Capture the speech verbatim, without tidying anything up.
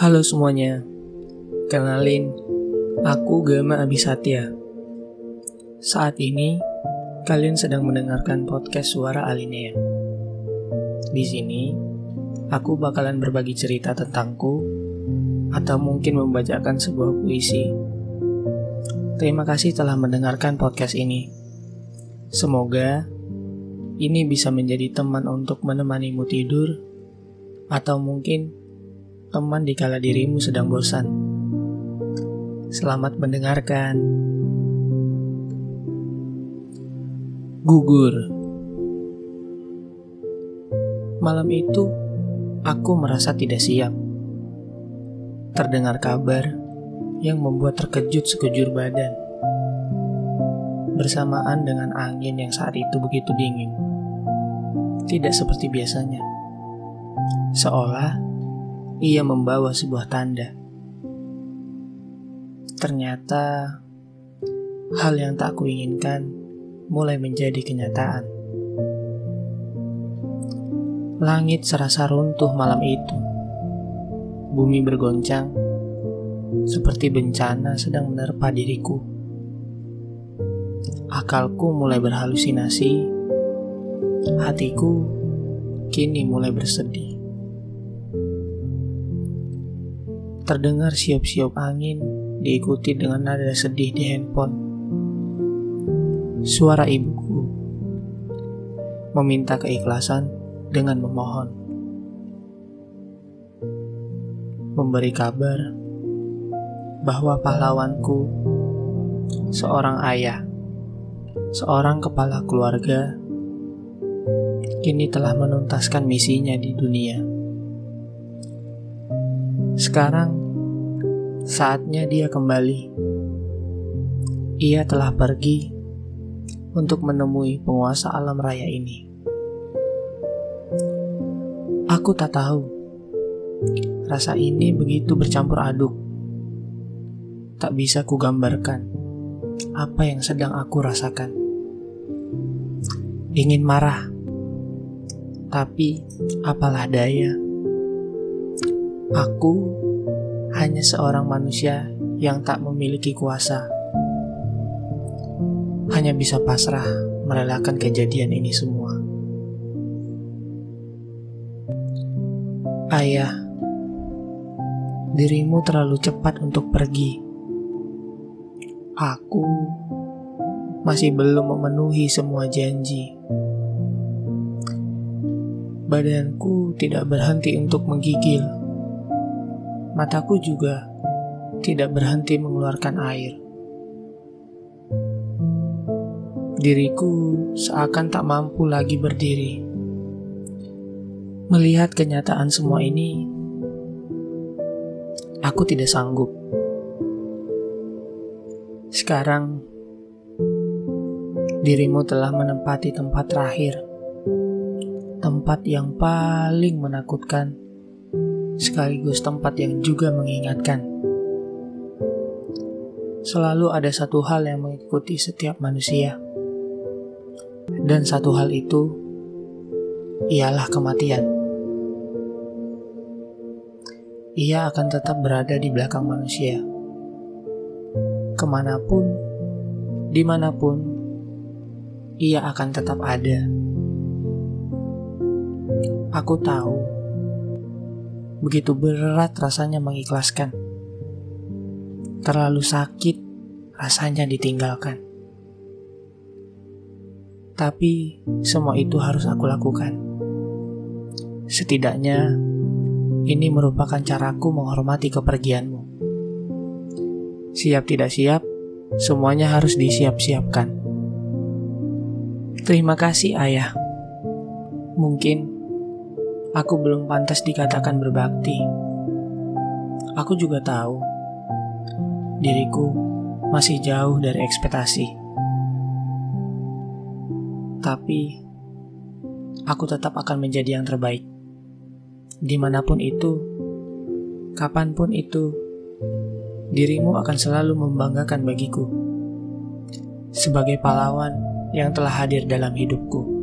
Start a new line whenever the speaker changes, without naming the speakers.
Halo semuanya, kenalin, aku Gama Abisatya. Saat ini, kalian sedang mendengarkan podcast Suara Alinea. Di sini, aku bakalan berbagi cerita tentangku, atau mungkin membacakan sebuah puisi. Terima kasih telah mendengarkan podcast ini. Semoga ini bisa menjadi teman untuk menemanimu tidur, atau mungkin teman dikala dirimu sedang bosan. Selamat mendengarkan. Gugur. Malam itu, aku merasa tidak siap. Terdengar kabar yang membuat terkejut sekujur badan, bersamaan dengan angin yang saat itu begitu dingin. Tidak seperti biasanya, seolah ia membawa sebuah tanda. Ternyata hal yang tak kuinginkan mulai menjadi kenyataan. Langit serasa runtuh malam itu. Bumi bergoncang seperti bencana sedang menerpa diriku. Akalku mulai berhalusinasi. Hatiku kini mulai bersedih. Terdengar siup-siup angin diikuti dengan nada sedih di handphone. Suara ibuku meminta keikhlasan dengan memohon, memberi kabar bahwa pahlawanku, seorang ayah, seorang kepala keluarga, kini telah menuntaskan misinya di dunia. Sekarang, saatnya dia kembali. Ia telah pergi untuk menemui penguasa alam raya ini. Aku tak tahu, rasa ini begitu bercampur aduk. Tak bisa kugambarkan apa yang sedang aku rasakan. Ingin marah, tapi apalah daya. Aku hanya seorang manusia yang tak memiliki kuasa. Hanya bisa pasrah merelakan kejadian ini semua. Ayah, dirimu terlalu cepat untuk pergi. Aku masih belum memenuhi semua janji. Badanku tidak berhenti untuk menggigil. Mataku juga tidak berhenti mengeluarkan air. Diriku seakan tak mampu lagi berdiri. Melihat kenyataan semua ini, aku tidak sanggup. Sekarang, dirimu telah menempati tempat terakhir, tempat yang paling menakutkan, sekaligus tempat yang juga mengingatkan. Selalu ada satu hal yang mengikuti setiap manusia, dan satu hal itu ialah kematian. Ia akan tetap berada di belakang manusia, kemanapun, dimanapun, ia akan tetap ada. Aku tahu begitu berat rasanya mengikhlaskan. Terlalu sakit rasanya ditinggalkan. Tapi semua itu harus aku lakukan. Setidaknya ini merupakan caraku menghormati kepergianmu. Siap tidak siap, semuanya harus disiap-siapkan. Terima kasih ayah. Mungkin aku belum pantas dikatakan berbakti. Aku juga tahu diriku masih jauh dari ekspektasi. Tapi aku tetap akan menjadi yang terbaik. Dimanapun itu, kapanpun itu, dirimu akan selalu membanggakan bagiku sebagai pahlawan yang telah hadir dalam hidupku.